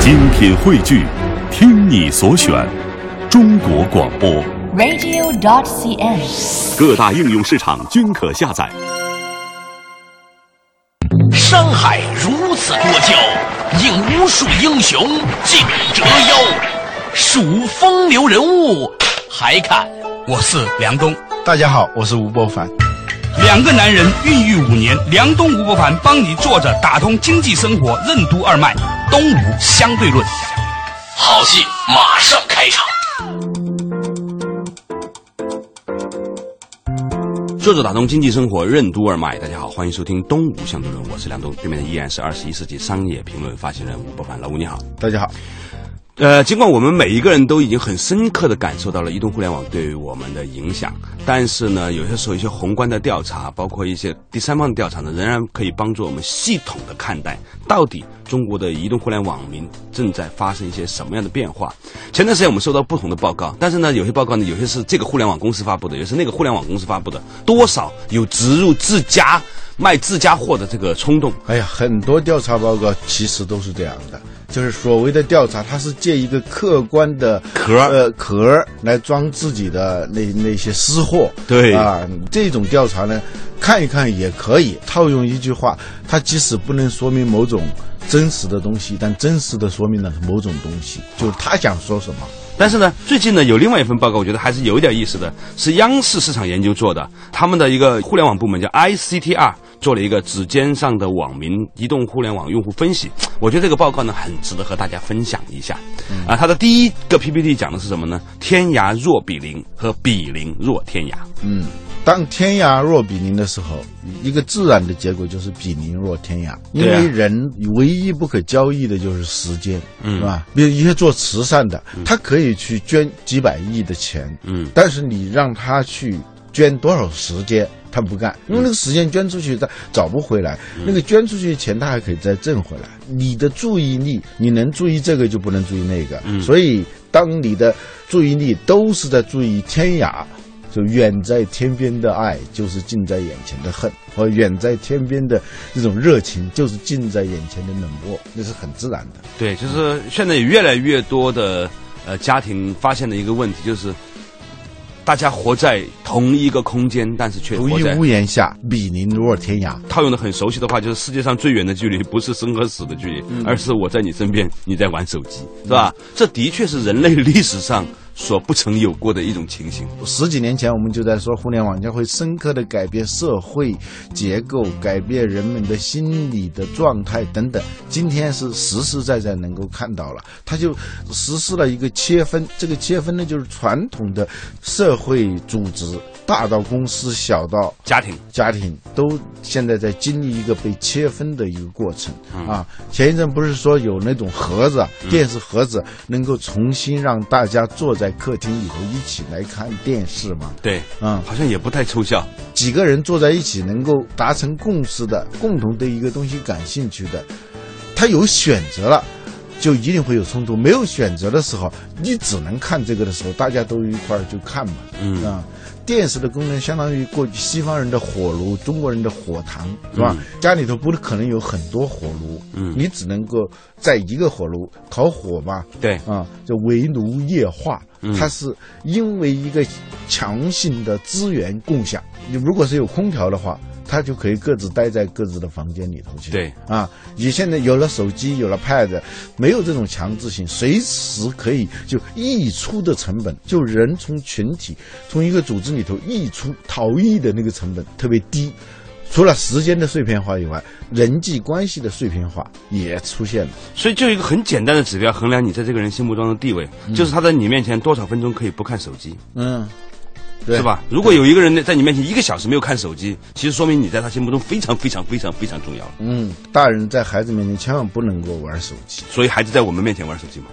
精品汇聚，听你所选，中国广播 radio.cn， 各大应用市场均可下载。 山海如此多娇，引无数英雄竞折腰。数风流人物，还看我是梁冬。 大家好，我是吴伯凡。 两个男人孕育5年，梁冬、吴伯凡帮你坐着打通经济生活任督二脉，东吴相对论。 好戏马上开场。 作者打通经济生活任督二脉，大家好，欢迎收听东吴相对论，我是梁冬，对面的依然是21世纪商业评论发行人吴伯凡。老吴你好。 大家好。 尽管我们每一个人都已经很深刻地感受到了移动互联网对于我们的影响，但是呢，有些时候一些宏观的调查，包括一些第三方的调查呢，仍然可以帮助我们系统地看待到底中国的移动互联网民正在发生一些什么样的变化。前段时间我们收到不同的报告，但是呢，有些报告呢，有些是这个互联网公司发布的，有些是那个互联网公司发布的，多少有植入自家卖自家货的这个冲动。 哎呀，很多调查报告其实都是这样的，就是所谓的调查，它是借一个客观的壳来装自己的那些私货。 对啊，这种调查呢，看一看也可以。套用一句话，它即使不能说明某种真实的东西，但真实的说明了某种东西，就是他想说什么。 但是呢，最近呢有另外一份报告，我觉得还是有一点意思的，是央视市场研究做的，他们的一个互联网部门叫 ICTR， 做了一个指尖上的网民移动互联网用户分析。我觉得这个报告呢很值得和大家分享一下。它的第一个 PPT 讲的是什么呢？天涯若比邻和比邻若天涯。 当天涯若比邻的时候，一个自然的结果就是比邻若天涯，因为人唯一不可交易的就是时间，是吧？比如一些做慈善的，他可以去捐几百亿的钱，但是你让他去捐多少时间，他不干，因为那个时间捐出去他找不回来，那个捐出去的钱他还可以再挣回来。你的注意力，你能注意这个就不能注意那个，所以当你的注意力都是在注意天涯，就远在天边的爱就是近在眼前的恨，和远在天边的这种热情就是近在眼前的冷漠，那是很自然的。 对，就是现在有越来越多的家庭发现的一个问题，就是大家活在同一个空间，但是却同一屋檐下，比邻若天涯。 套用的很熟悉的话，就是世界上最远的距离不是生和死的距离，而是我在你身边，你在玩手机，是吧？这的确是人类历史上所不曾有过的一种情形。 10几年前我们就在说互联网将会深刻地改变社会结构，改变人们的心理的状态等等，今天是实实在在能够看到了。它就实施了一个切分，这个切分呢，就是传统的社会组织，大到公司，小到家庭都现在在经历一个被切分的一个过程啊。前一阵不是说有那种盒子，电视盒子能够重新让大家坐在客厅里头一起来看电视吗？ 对，好像也不太抽象。 几个人坐在一起能够达成共识的，共同对一个东西感兴趣的，他有选择了，就一定会有冲突。没有选择的时候，你只能看这个的时候，大家都一块儿就看嘛。电视的功能相当于过去西方人的火炉，中国人的火塘，是吧？家里头不可能有很多火炉，你只能够在一个火炉烤火嘛。 对就围炉夜话，它是因为一个强性的资源共享。你如果是有空调的话，他就可以各自待在各自的房间里头去。 对你现在有了手机，有了 pad， 没有这种强制性，随时可以就溢出的成本，就人从群体从一个组织里头溢出逃逸的那个成本特别低。除了时间的碎片化以外，人际关系的碎片化也出现了。 所以就一个很简单的指标衡量你在这个人心目中的地位，就是他在你面前多少分钟可以不看手机。是吧？如果有一个人在你面前1个小时没有看手机，其实说明你在他心目中非常非常非常非常重要了。 大人在孩子面前千万不能够玩手机， 所以孩子在我们面前玩手机吗？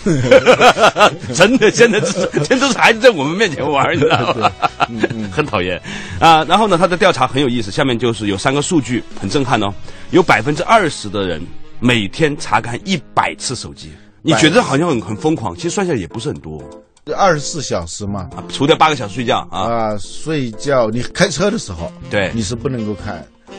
真的，现在都是孩子在我们面前玩，你知道吗？很讨厌啊。然后呢，他的调查很有意思，下面就是有3个数据很震撼哦，有20%的人每天查看100次手机。你觉得好像很疯狂，其实算下来也不是很多。 24小时嘛， 除掉8个小时睡觉睡觉。你开车的时候， 对， 你是不能够看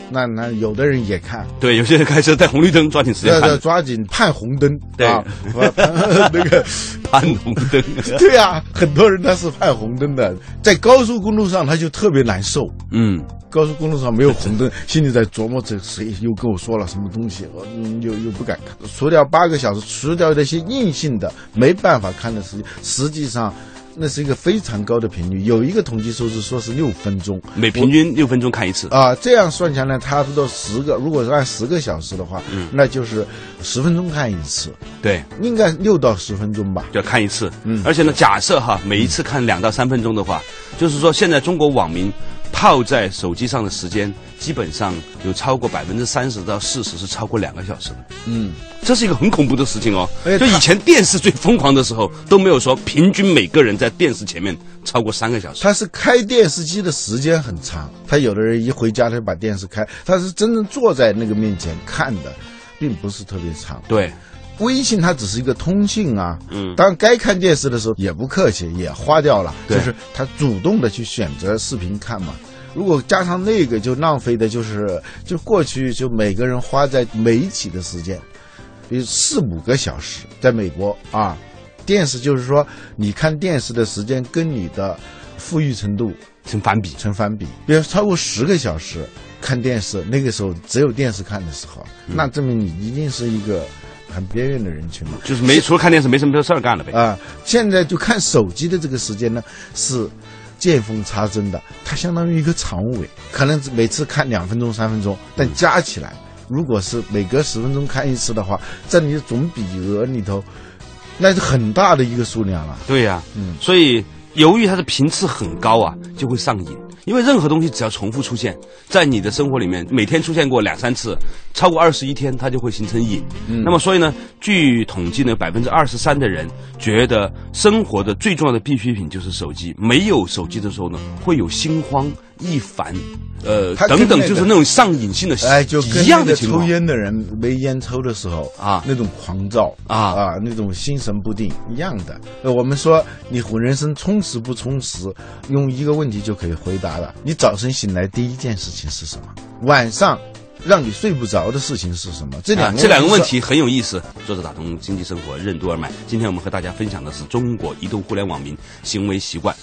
那有的人也看， 对，有些人开车带红绿灯，抓紧时间看， 抓紧盼红灯， 对啊，那个盼红灯， 对啊，很多人他是盼红灯的，在高速公路上他就特别难受，高速公路上没有红灯，心里在琢磨这谁又跟我说了什么东西，我又不敢看，除掉8个小时，除掉那些硬性的没办法看的时间，实际上。那是一个非常高的频率，有一个统计数字说是6分钟， 每平均6分钟看一次啊。这样算下来，差不多10个，如果是按10个小时的话，那就是10分钟看一次。 对， 应该6到10分钟吧， 就要看一次。而且呢，假设每一次看2到3分钟的话，就是说现在中国网民泡在手机上的时间，基本上有超过30%到40%是超过2个小时的。这是一个很恐怖的事情哦。就以前电视最疯狂的时候，都没有说平均每个人在电视前面超过3个小时。 他是开电视机的时间很长，他有的人一回家他就把电视开，他是真正坐在那个面前看的，并不是特别长。 对。 微信它只是一个通信啊，当然该看电视的时候也不客气，也花掉了，就是他主动的去选择视频看嘛。如果加上那个，就浪费的就过去就每个人花在媒体的时间，比如4-5个小时，在美国啊，电视就是说你看电视的时间跟你的富裕程度成反比， 比如超过10个小时看电视，那个时候只有电视看的时候，那证明你一定是一个很边缘的人群嘛， 就是除了看电视没什么事儿干了呗。 啊，现在就看手机的这个时间呢是见缝插针的，它相当于一个长尾，可能每次看2分钟、3分钟，但加起来，如果是每隔10分钟看一次的话，在你的总比额里头，那是很大的一个数量了。 对呀，所以由于它的频次很高啊，就会上瘾。因为任何东西只要重复出现在你的生活里面，每天出现过2-3次，超过21天，它就会形成瘾。那么所以呢，据统计呢，23%的人觉得生活的最重要的必需品就是手机，没有手机的时候呢，会有心慌意烦，等等，就是那种上瘾性的就跟一样的情况。 抽烟的人没烟抽的时候啊，那种狂躁啊，那种心神不定一样的。我们说你人生充实不充实，用一个问题就可以回答了。你早晨醒来第一件事情是什么？晚上让你睡不着的事情是什么？这两个问题很有意思。作者打通经济生活，任督二脉。今天我们和大家分享的是中国移动互联网民行为习惯。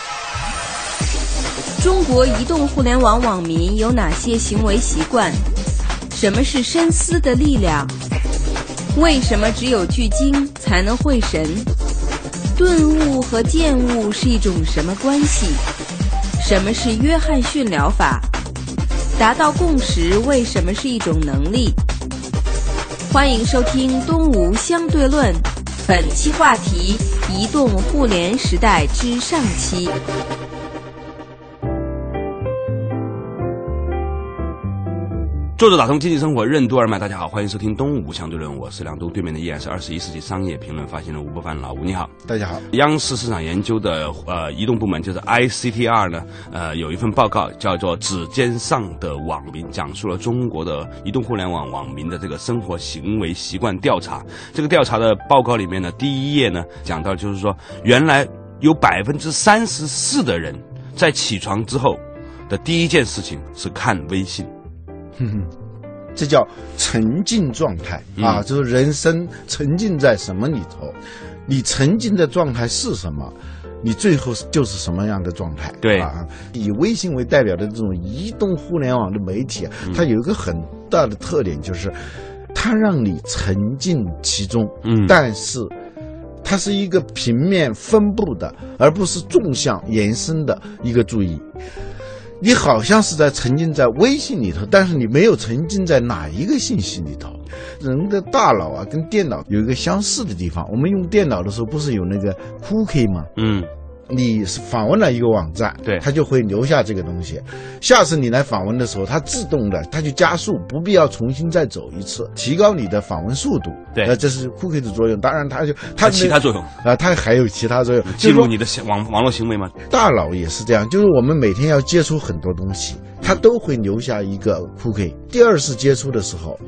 中国移动互联网网民有哪些行为习惯？什么是深思的力量？为什么只有聚精才能会神？顿悟和见悟是一种什么关系？什么是约翰逊疗法？达到共识为什么是一种能力？欢迎收听东吴相对论，本期话题：移动互联时代之上期。 作者打通经济生活，任督二脉。大家好，欢迎收听东吴相对论，我是梁东，对面的依然是21世纪商业评论发行人吴伯凡老吴，你好。 大家好。 央视市场研究的移动部门就是 ICTR 呢，有一份报告叫做《指尖上的网民》，讲述了中国的移动互联网网民的这个生活行为习惯调查。这个调查的报告里面呢，第一页呢讲到就是说，原来有34%的人在起床之后的第一件事情是看微信。 这叫沉浸状态啊，就是人生沉浸在什么里头，你沉浸的状态是什么，你最后就是什么样的状态。 对啊，以微信为代表的这种移动互联网的媒体，它有一个很大的特点，就是它让你沉浸其中，但是它是一个平面分布的，而不是纵向延伸的一个注意。你好像是在沉浸在微信里头，但是你没有沉浸在哪一个信息里头。人的大脑啊，跟电脑有一个相似的地方。我们用电脑的时候，不是有那个 cookie 吗？你访问了一个网站， 对， 它就会留下这个东西。下次你来访问的时候，它自动的，它就加速，不必要重新再走一次，提高你的访问速度。 对， 这是 cookie 的作用。当然，它其他作用啊，它还有其他作用， 记录你的网络行为吗？ 大脑也是这样，就是我们每天要接触很多东西，它都会留下一个 cookie。第二次接触的时候，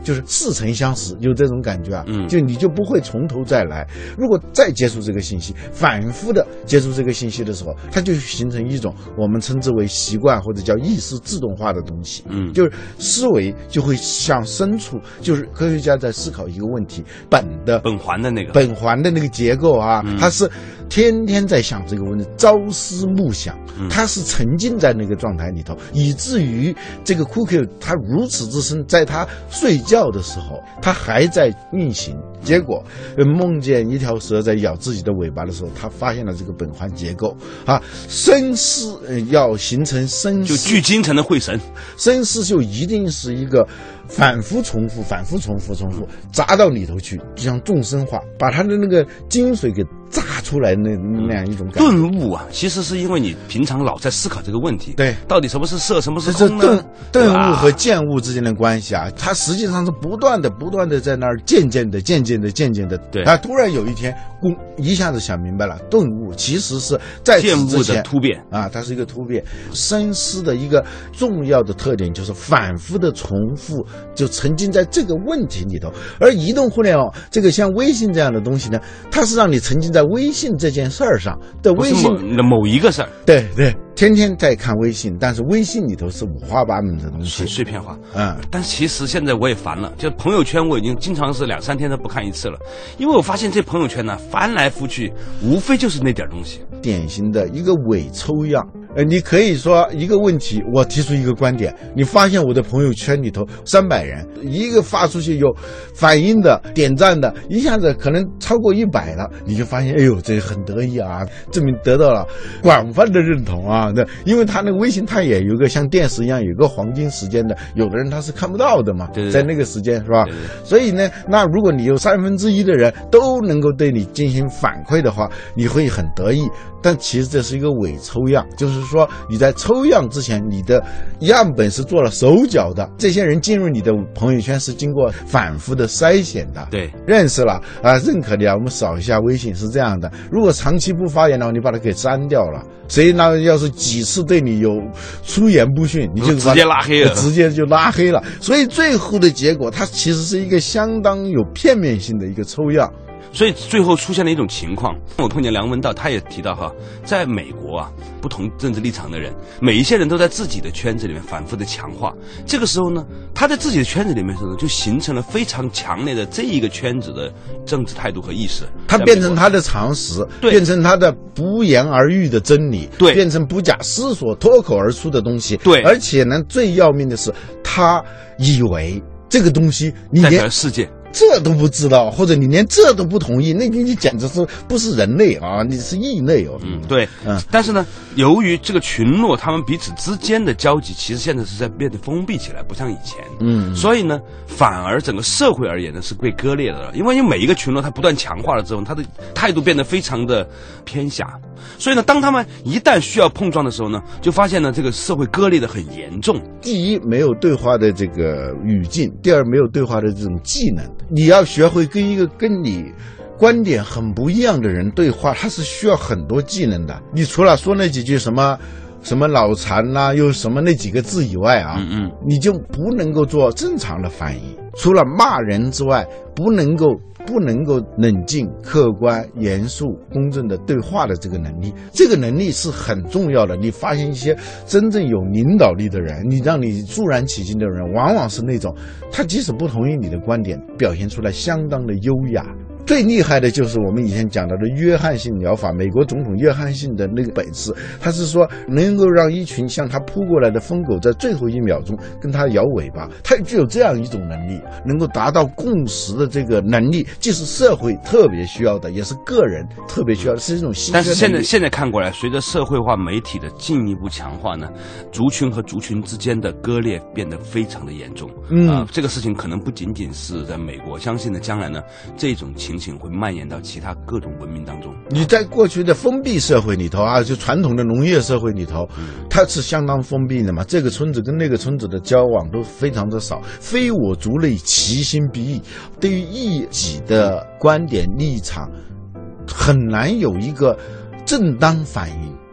就是似曾相识，有这种感觉啊，就你就不会从头再来。如果再接触这个信息，反复的接触这个信息的时候，它就形成一种我们称之为习惯或者叫意识自动化的东西，就是思维就会向深处，就是科学家在思考一个问题，苯环的那个结构啊，它是天天在想这个问题，朝思暮想，他是沉浸在那个状态里头，以至于这个 Cookie 他如此之深，在他睡觉的时候，他还在运行。结果梦见一条蛇在咬自己的尾巴的时候，他发现了这个苯环结构啊。深思要形成深思， 就聚精才能会神。 深思就一定是一个反复重复，扎到里头去，就像众生化，把他的那个精髓给榨出来那样一种感觉。 顿悟啊，其实是因为你平常老在思考这个问题， 对， 到底什么是色，什么是空呢？ 顿悟和见悟之间的关系啊，它实际上是不断的在那儿渐渐的，对啊，突然有一天，一下子想明白了，顿悟其实是在见悟的突变啊，它是一个突变。深思的一个重要的特点就是反复的重复，就沉浸在这个问题里头。而移动互联网这个像微信这样的东西呢，它是让你沉浸在微信这件事儿上的，微信某一个事儿， 对，天天在看微信，但是微信里头是五花八门的东西， 碎片化。但其实现在我也烦了，就朋友圈我已经经常是2-3天都不看一次了，因为我发现这朋友圈呢翻来覆去，无非就是那点东西， 典型的一个伪抽样。你可以说一个问题，我提出一个观点，你发现我的朋友圈里头300人，一个发出去有反应的、点赞的，一下子可能超过100了，你就发现，哎呦，这很得意啊，证明得到了广泛的认同啊。因为他那个微信，他也有一个像电视一样有一个黄金时间的，有的人他是看不到的嘛， 对在那个时间是吧？所以呢，那如果你有1/3的人都能够对你进行反馈的话，你会很得意。但其实这是一个伪抽样，就是说你在抽样之前，你的样本是做了手脚的，这些人进入你的朋友圈是经过反复的筛选的， 对， 认识了啊，认可了，我们扫一下微信是这样的。如果长期不发言的话，你把它给删掉了，谁呢要是几次对你有出言不逊，你就直接拉黑了， 直接就拉黑了。所以最后的结果，它其实是一个相当有片面性的一个抽样。 所以最后出现了一种情况，我碰见梁文道，他也提到在美国啊，不同政治立场的人，每一些人都在自己的圈子里面反复的强化。这个时候呢，他在自己的圈子里面的时候，就形成了非常强烈的这一个圈子的政治态度和意识。 他变成他的常识，变成他的不言而喻的真理， 对， 变成不假思索脱口而出的东西， 对。 而且呢，最要命的是，他以为这个东西你代表世界。 这都不知道，或者你连这都不同意，那你简直是不是人类啊？你是异类哦。 对，但是呢，由于这个群落他们彼此之间的交集，其实现在是在变得封闭起来，不像以前。所以呢，反而整个社会而言呢是被割裂的了，因为每一个群落它不断强化了之后，它的态度变得非常的偏狭。所以呢，当他们一旦需要碰撞的时候呢，就发现呢这个社会割裂的很严重。 第一，没有对话的这个语境；第二，没有对话的这种技能。你要学会跟一个跟你观点很不一样的人对话，他是需要很多技能的。你除了说那几句什么脑残啦，又什么那几个字以外啊，你就不能够做正常的翻译。除了骂人之外，不能够冷静、客观、严肃、公正的对话的这个能力，这个能力是很重要的。你发现一些真正有领导力的人，你让你肃然起敬的人，往往是那种他即使不同意你的观点，表现出来相当的优雅。最厉害的就是我们以前讲到的约翰逊疗法，美国总统约翰逊的那个本事，他是说能够让一群向他扑过来的疯狗在最后1秒钟跟他摇尾巴，他具有这样一种能力，能够达到共识的这个能力，既是社会特别需要的，也是个人特别需要的，是一种稀缺能力。 但是现在看过来，随着社会化媒体的进一步强化呢，族群和族群之间的割裂变得非常的严重。这个事情可能不仅仅是在美国，相信呢将来呢这种情形会蔓延到其他各种文明当中。 你在过去的封闭社会里头啊，就传统的农业社会里头，它是相当封闭的嘛，这个村子跟那个村子的交往都非常的少，非我族类，其心必异。对于异己的观点立场，很难有一个正当反应。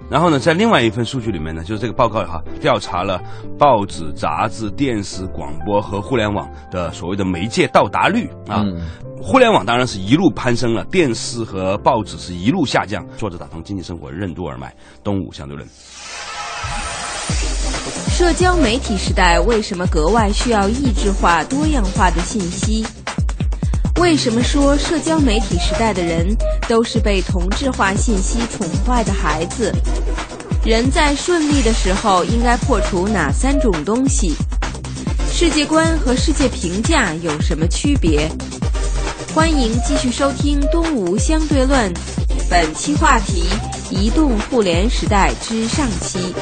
然后呢，在另外一份数据里面呢，就是这个报告调查了报纸、杂志、电视、广播和互联网的所谓的媒介到达率啊。互联网当然是一路攀升了，电视和报纸是一路下降。作者打通经济生活任督二脉，东吴相对论。 社交媒体时代为什么格外需要异质化、多样化的信息？为什么说社交媒体时代的人都是被同质化信息宠坏的孩子？人在顺利的时候应该破除哪3种东西？世界观和世界评价有什么区别？欢迎继续收听《东吴相对论》，本期话题：移动互联时代之上期。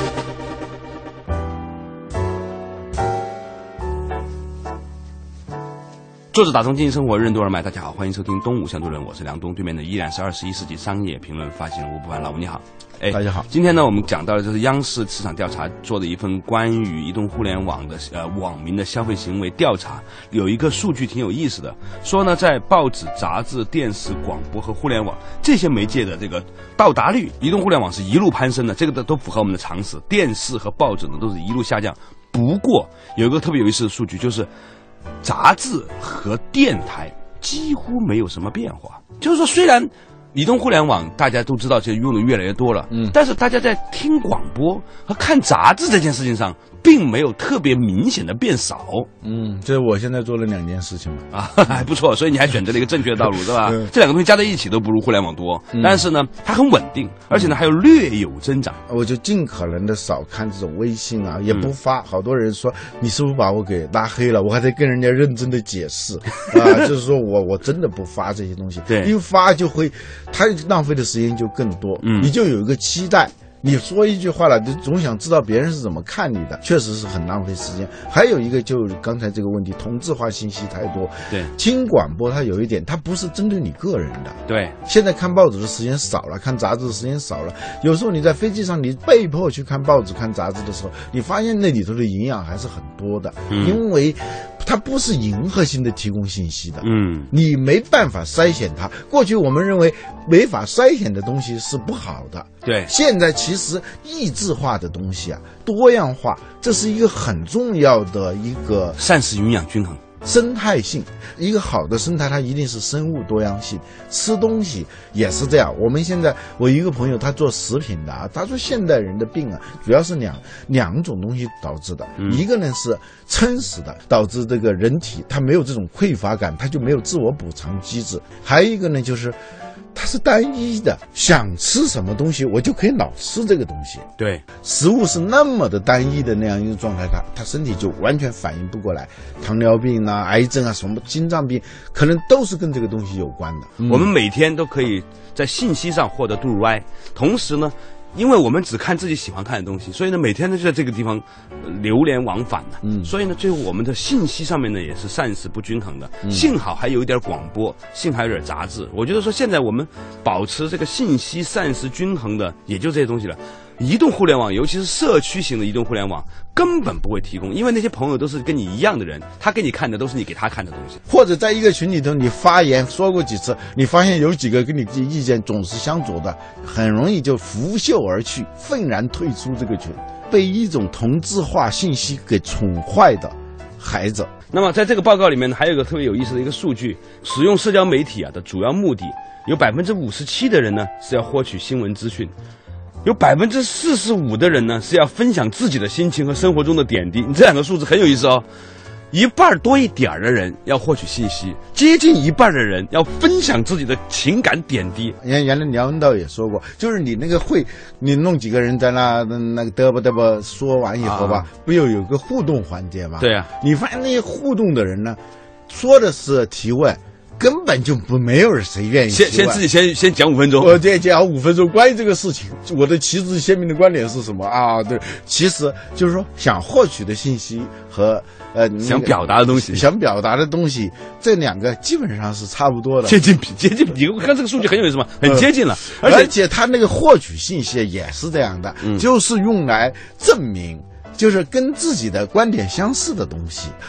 作者打通经济生活任督二脉，大家好，欢迎收听《东吴相对论》，我是梁东，对面的依然是21世纪商业评论发行人吴不凡，老吴你好。 大家好。 今天呢，我们讲到的就是央视市场调查做的一份关于移动互联网的网民的消费行为调查，有一个数据挺有意思的，说呢，在报纸、杂志、电视、广播和互联网这些媒介的这个到达率，移动互联网是一路攀升的，这个都符合我们的常识。电视和报纸呢都是一路下降。不过有一个特别有意思的数据，就是杂志和电台几乎没有什么变化。就是说，虽然移动互联网大家都知道，这用的越来越多了，但是大家在听广播和看杂志这件事情上，并没有特别明显的变少。 这是我现在做了2件事情嘛， 还不错，所以你还选择了一个正确的道路，是吧？这2个东西加在一起都不如互联网多，但是呢，它很稳定，而且呢还有略有增长。 我就尽可能的少看这种微信啊，也不发。好多人说你是不是把我给拉黑了？我还在跟人家认真的解释就是说我真的不发这些东西， 对， 一发就会，他浪费的时间就更多，你就有一个期待。你说一句话了，就总想知道别人是怎么看你的，确实是很浪费时间。还有一个就是刚才这个问题，同质化信息太多。 对， 听广播它有一点，它不是针对你个人的。 对， 现在看报纸的时间少了，看杂志的时间少了。有时候你在飞机上，你被迫去看报纸、看杂志的时候，你发现那里头的营养还是很多的，因为它不是迎合性的提供信息的。你没办法筛选它。过去我们认为没法筛选的东西是不好的。 对， 现在其实异质化的东西啊，多样化，这是一个很重要的一个膳食营养均衡。 生态性，一个好的生态它一定是生物多样性，吃东西也是这样。我们现在我一个朋友他做食品的他说现代人的病啊，主要是两种东西导致的，一个呢是撑死的，导致这个人体他没有这种匮乏感，他就没有自我补偿机制；还有一个呢就是它是单一的，想吃什么东西我就可以老吃这个东西。 对， 食物是那么的单一的那样一个状态，它身体就完全反应不过来，糖尿病啊、癌症啊、什么心脏病，可能都是跟这个东西有关的。 我们每天都可以在信息上获得度入歪，同时呢，因为我们只看自己喜欢看的东西，所以呢，每天呢就在这个地方流连往返的。所以呢，最后我们的信息上面呢也是膳食不均衡的。幸好还有一点广播，幸好有点杂志。我觉得说现在我们保持这个信息膳食均衡的，也就这些东西了。移动互联网，尤其是社区型的移动互联网，根本不会提供，因为那些朋友都是跟你一样的人，他给你看的都是你给他看的东西。 或者在一个群里头，你发言说过几次，你发现有几个跟你意见总是相左的，很容易就拂袖而去，愤然退出这个群，被一种同质化信息给宠坏的孩子。 那么在这个报告里面呢，还有一个特别有意思的一个数据，使用社交媒体的主要目的，有57%的人呢是要获取新闻资讯。有45%的人呢是要分享自己的心情和生活中的点滴。你这2个数字很有意思哦，一半多一点的人要获取信息，接近一半的人要分享自己的情感点滴。 原来梁文道也说过，就是你那个会，你弄几个人在那个嘚啵说完以后吧，不有个互动环节吗？ 对啊， 你发现那些互动的人呢，说的是提问。根本就没有谁愿意自己先讲5分钟， 我再讲5分钟关于这个事情，我的旗帜鲜明的观点是什么啊？对，其实就是说想获取的信息和想表达的东西， 这2个基本上是差不多的， 接近。你看这个数据很有意思嘛，很接近了， 而且他那个获取信息也是这样的，就是用来证明，就是跟自己的观点相似的东西。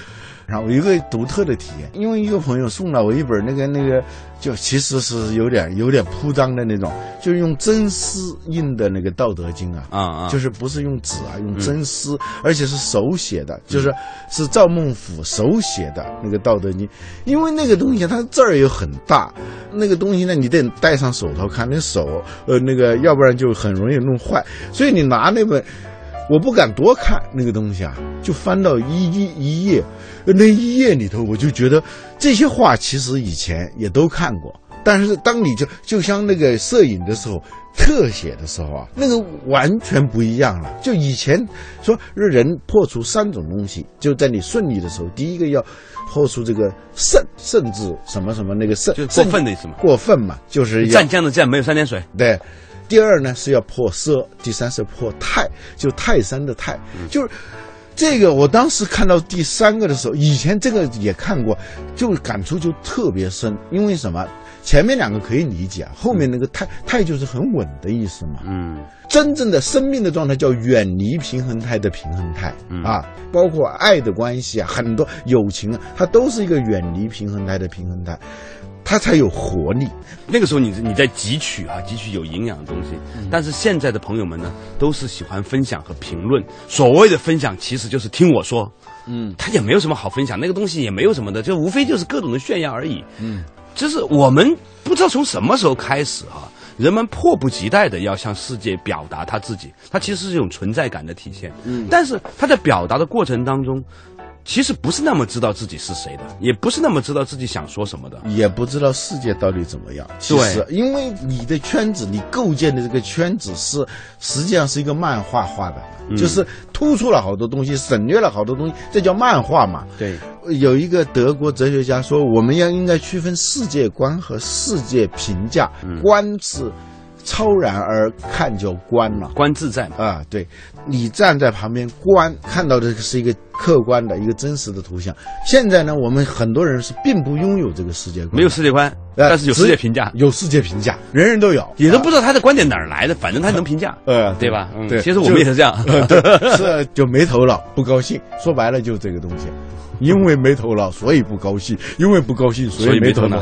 上，我有一个独特的体验，因为一个朋友送了我一本那个，就其实是有点铺张的那种，就是用真丝印的那个《道德经》就是不是用纸用真丝，而且是手写的，就是赵孟頫手写的那个《道德经》，因为那个东西它字儿又很大，那个东西呢你得戴上手套看，那手那个要不然就很容易弄坏，所以你拿那本。我不敢多看那个东西就翻到一页，那一页里头，我就觉得这些话其实以前也都看过，但是当你就像那个摄影的时候，特写的时候那个完全不一样了。就以前说人破除3种东西，就在你顺利的时候，第一个要破除这个甚至什么什么那个甚， 就过分的意思嘛， 过分嘛，就是湛江的湛没有3点水， 对。第二呢是要破奢，第三是破泰，就泰山的泰，就是这个。我当时看到第3个的时候，以前这个也看过，就感触就特别深。因为什么？前面2个可以理解，后面那个泰就是很稳的意思嘛。真正的生命的状态叫远离平衡态的平衡态包括爱的关系很多友情它都是一个远离平衡态的平衡态。它才有活力。 那个时候你在汲取有营养的东西，但是现在的朋友们呢，都是喜欢分享和评论。所谓的分享，其实就是听我说，他也没有什么好分享，那个东西也没有什么的，就无非就是各种的炫耀而已。就是我们不知道从什么时候开始人们迫不及待的要向世界表达他自己，他其实是一种存在感的体现。但是他在表达的过程当中，其实不是那么知道自己是谁的，也不是那么知道自己想说什么的， 也不知道世界到底怎么样。其实因为你的圈子，你构建的这个圈子实际上是一个漫画化的，就是突出了好多东西，省略了好多东西，这叫漫画嘛。 对， 有一个德国哲学家说，我们应该区分世界观和世界评价。观是超然而看叫观了， 观自在嘛对，你站在旁边观看到的是一个客观的一个真实的图像。现在呢，我们很多人是并不拥有这个世界观， 没有世界观，但是有世界评价， 有世界评价，人人都有， 也都不知道他的观点哪儿来的，反正他能评价，对吧？ 对， 其实我们也是这样， 是就没头脑，不高兴，说白了就这个东西。因为没头脑，所以不高兴；因为不高兴，所以没头脑。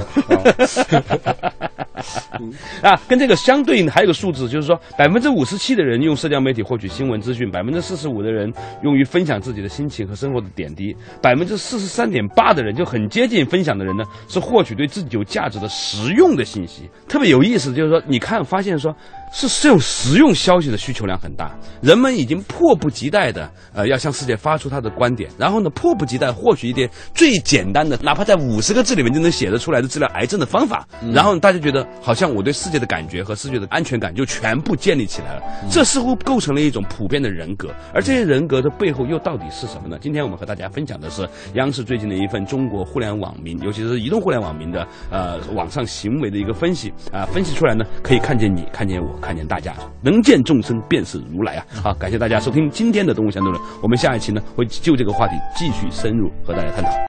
跟这个相对应的还有个数字，就是说57%的人用社交媒体获取新闻资讯，45%的人用于分享自己的心情和生活的点滴，43.8%的人就很接近分享的人呢，是获取对自己有价值的实用的信息。特别有意思，就是说你发现说是这种实用消息的需求量很大，人们已经迫不及待的要向世界发出他的观点，然后呢迫不及待获取一点最简单的，哪怕在50个字里面就能写得出来的治疗癌症的方法，然后大家觉得好像我对世界的感觉和世界的安全感就全部建立起来了，这似乎构成了一种普遍的人格。而这些人格的背后又到底是什么呢？今天我们和大家分享的是央视最近的一份中国互联网民，尤其是移动互联网民的网上行为的一个分析分析出来呢，可以看见你，看见我，看见大家，能见众生便是如来好，感谢大家收听今天的动物相对论，我们下一期呢会就这个话题继续深入和大家探讨。